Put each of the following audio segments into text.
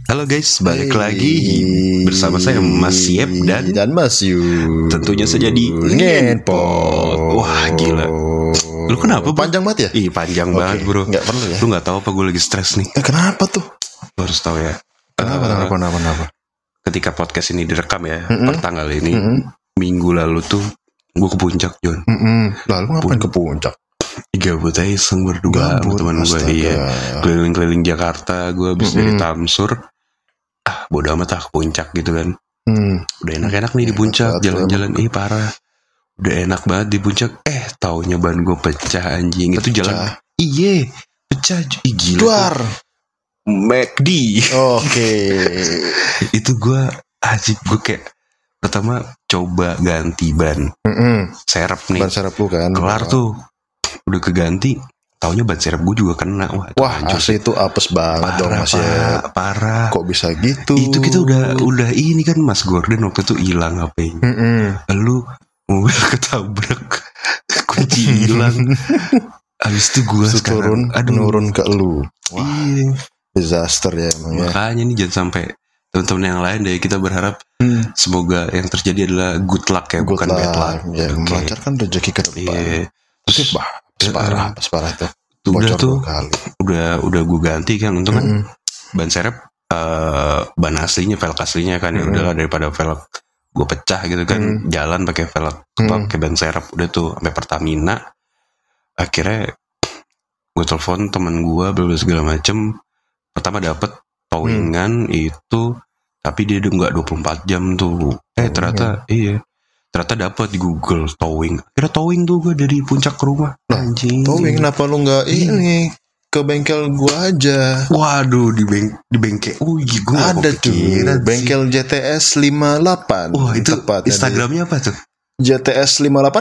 Halo guys, balik lagi bersama saya Mas Yep dan Mas Yu. Tentunya saja di Ngenpot. Wah gila. Lu kenapa bro? Panjang banget ya? Ih panjang banget bro. Nggak perlu ya? Lu gak tahu apa gue lagi stres nih? Kenapa tuh? Lu harus tahu ya. Kenapa? Ketika podcast ini direkam ya, per tanggal ini, minggu lalu tuh gue ke puncak John. Lalu ngapain ke puncak? Gabut aja iseng berdua sama teman gue. Iya. Keliling-keliling Jakarta. Gue habis dari Tamsur. Bodo amat lah ke puncak gitu kan. Udah enak-enak nih di puncak, jalan-jalan parah. Udah enak banget di puncak. Taunya ban gue pecah anjing. Itu jalan. Iya, pecah. Gila. Luar. McD. Oke. Itu gue ajib, gue kayak pertama coba ganti ban. Serep nih. Ban serep lu kan. Kelar tuh. Udah keganti. Taunya ban serep gue juga kena. Wah asli itu apes banget dong Mas ya. Parah. Kok bisa gitu? Itu kita udah ini kan Mas Gordon waktu itu hilang HP-nya. Lalu mobil ketabrak, kunci hilang. Habis itu gue sekarang nurun ke lu. Wah, iya. Disaster ya emang ya. Makanya nih jangan sampai teman-teman yang lain deh, kita berharap semoga yang terjadi adalah good luck ya, bukan bad luck. Ya, melancarkan rezeki ke depan. Iya. Terus parah itu. Udah gue ganti kan, untung kan ban serep ban aslinya, velg aslinya kan, ya udahlah daripada velg gue pecah gitu kan, jalan pakai velg pakai ban serep. Udah tuh sampai Pertamina, akhirnya gue telepon teman gue segala macem. Pertama dapet towingan itu, tapi dia udah nggak 24 jam tuh. Ternyata dapat di Google towing. Kira towing tuh gue dari puncak ke rumah. Anjing. Towing kenapa lu nggak ini ke bengkel gua aja? Waduh, di bengkel. Oh iya, gue ada tuh bengkel JTS 58. Wah itu Instagramnya apa tuh? JTS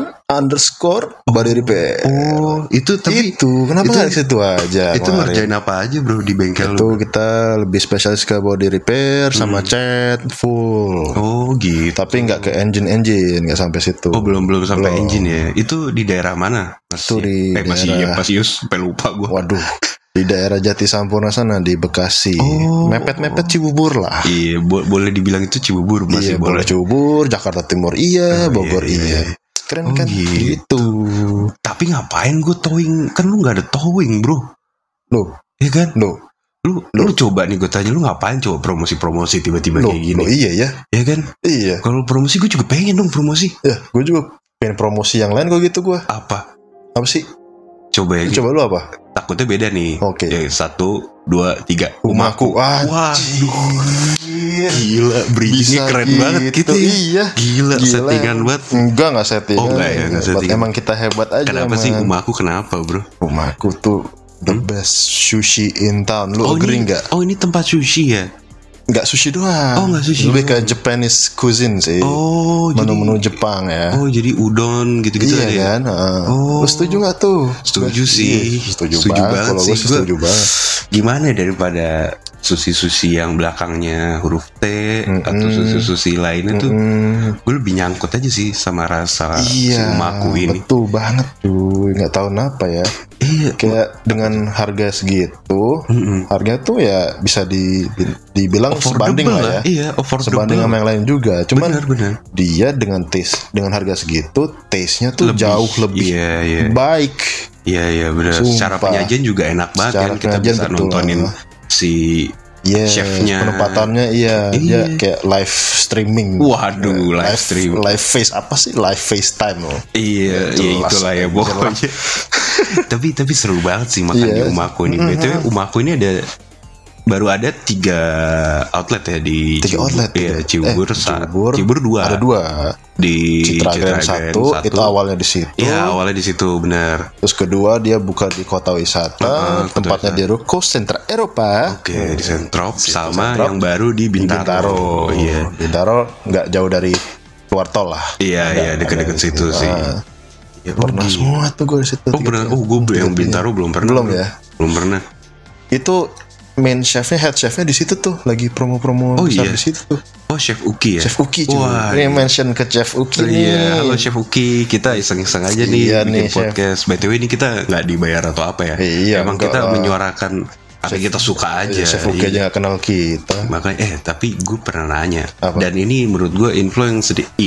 58_ body repair. Oh itu tapi itu kenapa nggak di situ aja? Itu ngerjain apa aja bro di bengkel? Itu kita lebih spesialis ke body repair sama cat full. Oh gitu. Tapi nggak ke engine nggak sampai situ. Oh belum sampai engine ya. Itu di daerah mana? Itu di daerah Pasius, sampai lupa gue. Waduh. Di daerah Jati Sampurna sana di Bekasi. Mepet-mepet Cibubur lah. Iya, boleh dibilang itu Cibubur masih boleh. Cibubur, Jakarta Timur Bogor iya. Keren kan gitu. Tapi ngapain gue towing? Kan lu nggak ada towing bro. Loh, iya kan? Lu coba nih gue tanya, lu ngapain coba promosi tiba-tiba kayak gini? Iya ya. Iya kan? Iya. Kalau promosi gue juga pengen dong promosi. Ya, gue juga pengen promosi yang lain kok gitu gue. Apa sih? Coba ya. Coba lu apa? Takutnya beda nih. Oke. Ya, 1, 2, 3. Umaku. Wah, gila, bridgingnya keren gitu banget gitu. Iya. Gila. Settingan banget. Enggak settingan. Oh enggak ya, enggak settingan. Emang kita hebat aja. Kenapa sih Umaku kenapa bro? Umaku tuh the best sushi in town. Lu agree nggak? Oh ini tempat sushi ya? Nggak sushi doang. Oh nggak sushi. Lebih ke Japanese cuisine sih. Oh menu-menu Jepang ya. Oh jadi udon gitu-gitu iya aja. Kan. Lu setuju nggak tuh? Setuju sih. Setuju banget. Kalau gue setuju banget. Gimana daripada sushi yang belakangnya huruf T atau sushi lainnya tuh, gue lebih nyangkut aja sih sama rasa si Umaku ini. Betul banget tuh. Nggak tahu kenapa ya. Iya. Kayak dengan harga segitu, harga tuh ya bisa dibilang sebanding lah ya. Iya, affordable. Sebanding sama yang lain juga. Cuman bener. Dia dengan harga segitu, taste-nya tuh jauh lebih baik. Iya benar. Secara penyajian juga enak banget kan, kita bisa nontonin si chefnya, penempatannya dia kayak live streaming. Waduh, live stream. Live face apa sih? Live FaceTime loh. Iya, itulah ya pokoknya. tapi seru banget sih makan di Umaku ini. BTW Umaku ini baru ada 3 outlet ya di Cibubur. Cibubur 2. Ada 2. Di Citra Grand 1 itu awalnya di situ. Iya, awalnya di situ benar. Terus kedua dia buka di kota wisata, tempatnya di Ruko Sentra Eropa. Oke, di Sentrop sama yang baru di Bintaro. Iya. Bintaro enggak jauh dari luar tol lah. Iya, dekat-dekat situ sih. Ya, pernah semua tuh gue di situ. Oh, pernah. Oh, gue yang Bintaro belum pernah. Belum pernah. Itu head chefnya di situ tuh lagi promo-promo besar di situ tuh. Oh, Chef Uki ya? Chef Uki juga. Ini mention ke Chef Uki nih. Iya, halo Chef Uki. Kita iseng-iseng aja nih bikin podcast. BTW ini kita nggak dibayar atau apa ya? Iya, emang kita menyuarakan Karena kita suka aja. Chef Uki aja gak kenal kita. Makanya tapi gue pernah nanya. Apa? Dan ini menurut gue info yang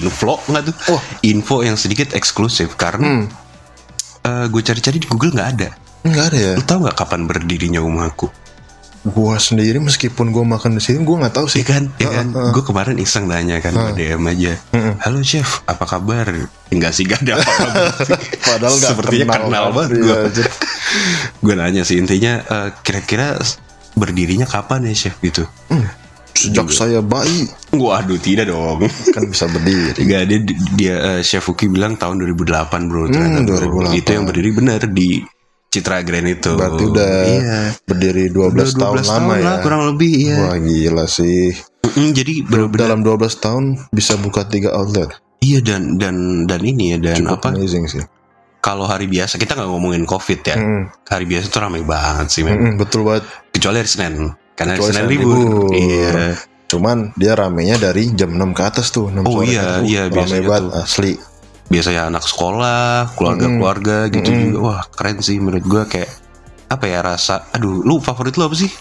sedikit eksklusif. Karena gue cari-cari di Google gak ada. Nggak ada ya. Lu tau gak kapan berdirinya Umaku? Gue sendiri meskipun gue makan di sini, gue nggak tahu sih. Iya kan? Gue kemarin iseng nanya kan, DM aja. Halo chef, apa kabar? Enggak sih, gak ada apa-apa. Padahal nggak sepertinya kenal banget gue. Gue nanya sih intinya, kira-kira berdirinya kapan ya chef gitu? Sejak saya bayi. Waduh, tidak dong. Kan bisa berdiri. Enggak, dia Chef Uki bilang tahun 2008 bro. Ternyata 2008. Itu yang berdiri benar di Citra Grand itu. Berarti udah berdiri 12 tahun lama ya. Kurang lebih ya. Wah gila sih. Jadi benar-benar dalam 12 tahun bisa buka 3 outlet. Iya dan ini ya dan Cukup apa? Amazing sih. Kalau hari biasa kita nggak ngomongin COVID ya. Hari biasa tuh ramai banget sih men. Betul banget. Kecuali hari Senin. Karena hari Kecuali Senin Senin libur. libur. Iya. Cuman dia ramenya dari jam 6 ke atas tuh. 6 Oh sore iya rame biasanya banget tuh. asli. Biasanya anak sekolah, keluarga-keluarga gitu juga. Wah keren sih menurut gue kayak apa ya rasa. Aduh, lu favorit lu apa sih?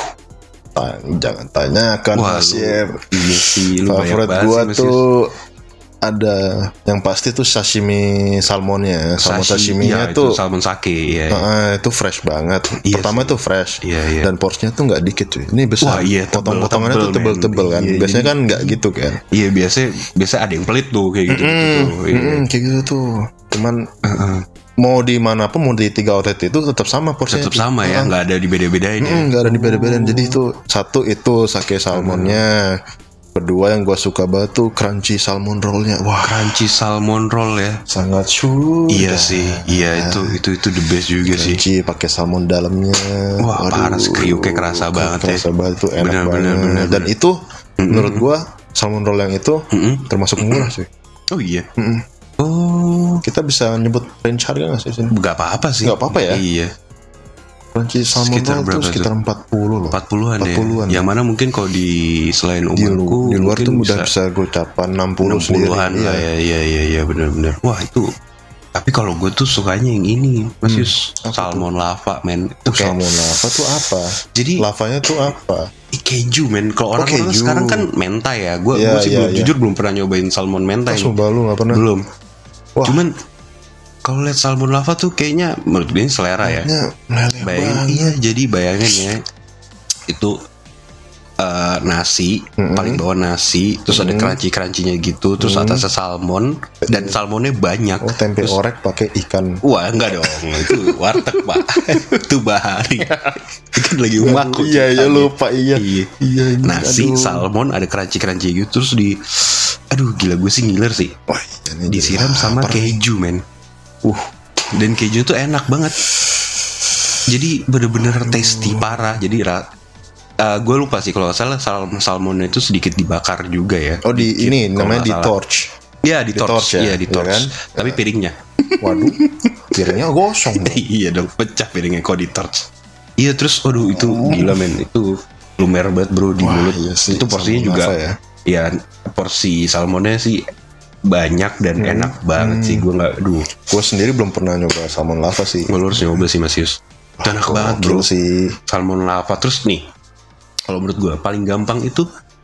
Jangan tanyakan Mas Chef. Iya sih, lu Favorit banyak gua banget sih, tuh ada yang pasti tuh sashimi salmonnya. Salmon sashiminya iya, tuh itu salmon sake ya. itu fresh banget. Iya Pertama tuh fresh. Iya. Dan porsinya tuh nggak dikit cuy. Ini besar. Wah, iya, Potong-potongannya tuh tebel-tebel kan. Iya, Biasanya kan nggak gitu kan. Iya biasa ada yang pelit tuh kayak gitu. Kayak gitu tuh. Cuman mau di mana pun, mau di 3 outlet itu tetap sama porsinya. Tetap sama ya, nggak ada dibeda-bedain ya. Nggak ada dibeda-bedain. Jadi itu satu itu sake salmonnya. Kedua yang gue suka banget tuh crunchy salmon rollnya. Wah, Crunchy salmon roll ya. sangat sudah. Iya sih, iya itu the best juga sih. Crunchy pakai salmon dalamnya. Wah, panas kriuknya kerasa banget ya. Kerasa banget tuh, enak banget. Bener. Dan itu menurut gue salmon roll yang itu termasuk murah sih. Oh iya. Oh, Kita bisa nyebut range harga nggak sih sini? nggak apa-apa sih. Nggak apa-apa ya? Iya. Crunchy salmon Sekitar roll berapa tuh sekitar 40 loh. 40-an ya. 40-an. Yang mana mungkin kalau di selain Di umurku luar tuh mungkin udah bisa gocapan 60 sendiri. 60-an lah ya. Iya benar-benar. Wah, itu tapi kalau gue tuh sukanya yang ini, Mas Yus, salmon lava, men. Itu kayak Salmon lava tuh apa? jadi Lavanya tuh apa? keju, men. Kalau orang-orang keju. sekarang kan mentai ya. Gue Iya, sih iya. jujur belum pernah nyobain salmon mentai. Sumpah lu nggak pernah? Belum. Wah. Cuman kalau lihat salmon lava tuh kayaknya menurut gue ini selera ya. Meleleh Bayangin, banget. iya jadi bayangin ya itu nasi paling bawah nasi, terus ada crunchy-crunchynya gitu, terus atasnya salmon dan salmonnya banyak. Oh, tempe orek pakai ikan. Wah enggak dong, itu warteg pak. Itu bahari. Itu kan lagi Umaku. Iya lupa iya. Iya. Nasi, aduh. salmon, ada crunchy-crunchy gitu, terus aduh gila gue sih ngiler sih. Wah, ini Disiram jadi sama lapar nih. keju, men. Dan keju tuh enak banget. Jadi bener-bener tasty parah. Jadi gue lupa sih kalau nggak salah salmonnya itu sedikit dibakar juga ya. Oh di Dikit, ini kalau namanya nggak di salah. torch. Iya di torch ya? Iya di torch Iya kan? Tapi piringnya. Waduh, piringnya gosong dong. Iya dong, pecah piringnya kalau di torch. Iya terus waduh itu gila men. Itu lumer banget bro di Wah, mulut. iya sih, Itu porsinya salmon juga lava ya. ya porsi salmonnya sih banyak dan enak banget sih. Gue nggak Gue sendiri belum pernah nyoba salmon lava sih. gue harus nyoba sih Mas Yus. Itu enak banget bro. Sih. Salmon lava. Terus nih, kalau menurut gue paling gampang itu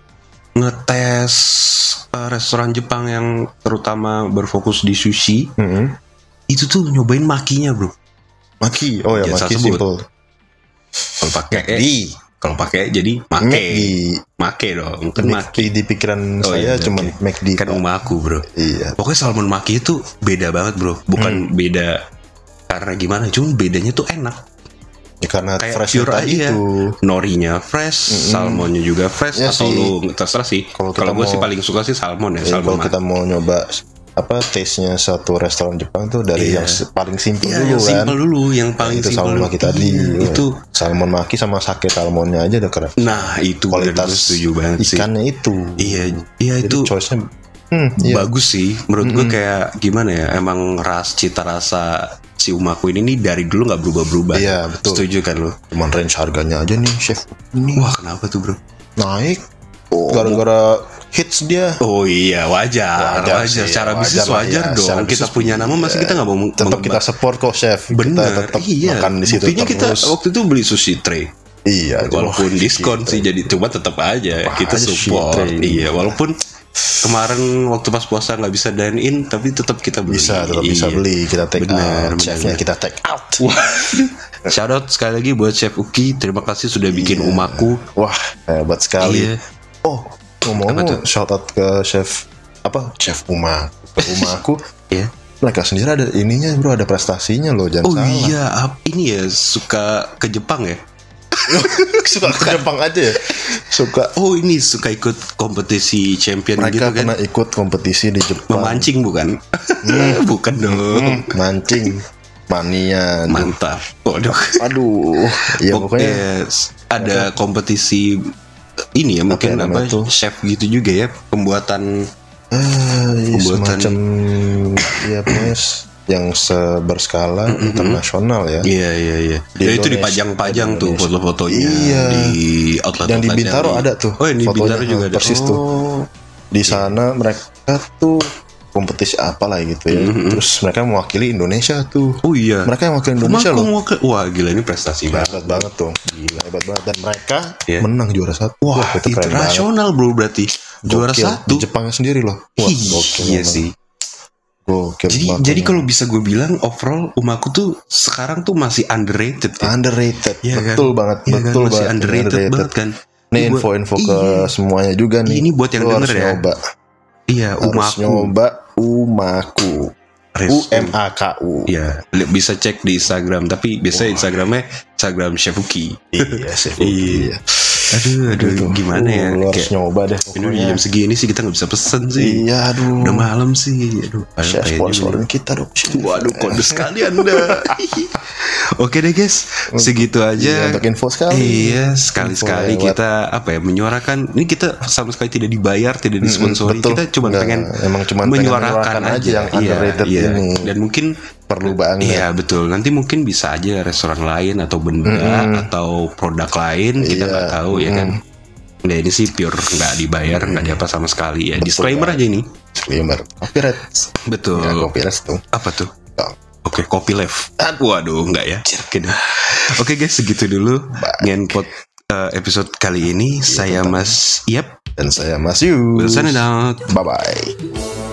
ngetes restoran Jepang yang terutama berfokus di sushi. Itu tuh nyobain makinya bro. Maki, oh ya Biasa maki sebut. simple. Kalau pakai jadi make dong. Kan maki di pikiran Oh, saya iya, cuma oke. McD. kan umaku bro. Iya. Pokoknya salmon maki itu beda banget bro. Bukan beda karena gimana, cuma bedanya tuh enak. Ya, karena Kayak fresh pure tadi aja. itu. Norinya fresh, salmonnya juga fresh. Ya atau sih. lu terserah sih. Kalau kita Kalau gue sih mau- paling suka sih salmon ya. Ya, Salmon kalau kita mau nyoba apa taste-nya satu restoran Jepang tuh dari Iya. yang paling simple Iya, dulu yang kan. simple dulu, yang paling itu simple. salmon maki tadi. Iya, itu. salmon maki sama sake salmonnya aja udah keren. Nah itu Kualitas gue setuju banget sih. ikannya itu. Iya Jadi itu choice-nya iya. bagus sih. Menurut gue kayak gimana ya? Emang cita rasa si Umaku ini nih dari dulu nggak berubah-berubah. Iya, betul. Setuju kan lo? Cuman range harganya aja nih chef ini Wah kenapa tuh bro? naik gara-gara hits dia. Oh iya wajar. sih, Secara wajar bisnis lah wajar ya. dong. Secara Kita bisnis, punya nama masih kita nggak mau Tetap kita support kok chef. Bener, Kita tetap iya. makan di situ Buktinya kita terus. waktu itu beli sushi tray. Iya, walaupun diskon sih, jadi cuma tetap aja kita support. Iya, walaupun kemarin waktu pas puasa nggak bisa dine in, tapi tetap kita beli. Bisa beli, kita take out. Chefnya kita take out. Shout out sekali lagi buat Chef Uki, terima kasih sudah bikin umaku. Wah, hebat sekali. Iya. Oh, ngomong shout out ke Chef Umaku. Iya. Mereka sendiri ada ininya bro, ada prestasinya loh, jangan salah. Oh iya, ini ya suka ke Jepang ya. Suka ke Jepang aja ya. Suka ikut kompetisi champion mereka gitu kan. Mereka pernah ikut kompetisi di Jepang. Memancing bukan? Bukan dong. Mancing. Mania. Mantap. Waduh. Aduh. Ya pokoknya ada kompetisi ini ya, mungkin apa chef gitu juga ya, pembuatan semacam ya plus yang berskala internasional ya. Iya. Itu dipajang-pajang tuh foto-fotonya di outlet. Yang di Bintaro ada tuh. Oh, di Bintaro juga ada. Persis tuh. Di sana mereka tuh kompetisi apalah gitu ya. Terus mereka mewakili Indonesia tuh. Oh iya. Mereka yang mewakili Indonesia loh. Wah, gila, ini prestasi hebat banget tuh. Gila, hebat banget. Dan mereka menang juara 1. Wah, itu internasional bro, berarti juara 1 di Jepangnya sendiri loh. Wah, iya sih. Jadi kalau bisa gue bilang overall Umaku tuh sekarang tuh masih underrated ya. Underrated. Ya, betul kan? banget. Ya, betul kan? Masih banget. Underrated banget kan. Nih info-info ke semuanya juga nih. Ini buat yang denger ya. Nyoba. Iya, Umaku. Nyoba Umaku. UMAKU. Iya, bisa cek di Instagram, tapi biasanya Instagram Chef Uki. Iya, Chef Uki. Iya. Aduh, gimana ya? Lu harus nyoba deh. Ini jam segini sih kita nggak bisa pesen sih. Iya, aduh. Udah malam sih. Aduh, Chef sponsorin kita dong. Waduh, kode sekali Anda. Oke deh guys, segitu aja. Untuk info sekali. Iya, sekali-sekali kita menyuarakan. Ini kita sama sekali tidak dibayar, tidak disponsori. Kita cuma pengen menyuarakan aja yang underrated ini. Dan mungkin perlu banget. Iya betul. Nanti mungkin bisa aja restoran lain atau benda atau produk lain, kita nggak tahu ya kan. Nah ini sih pure nggak dibayar, nggak diapa sama sekali ya. Disclaimer aja ini. Disclaimer. Copyright. Betul. Ya, copyright tuh. Apa tuh? Oke, copyleft. Waduh, enggak ya. Oke guys, segitu dulu ngenpot episode kali ini. Saya Mas Iap dan saya Mas Yu. Signing out. Bye bye.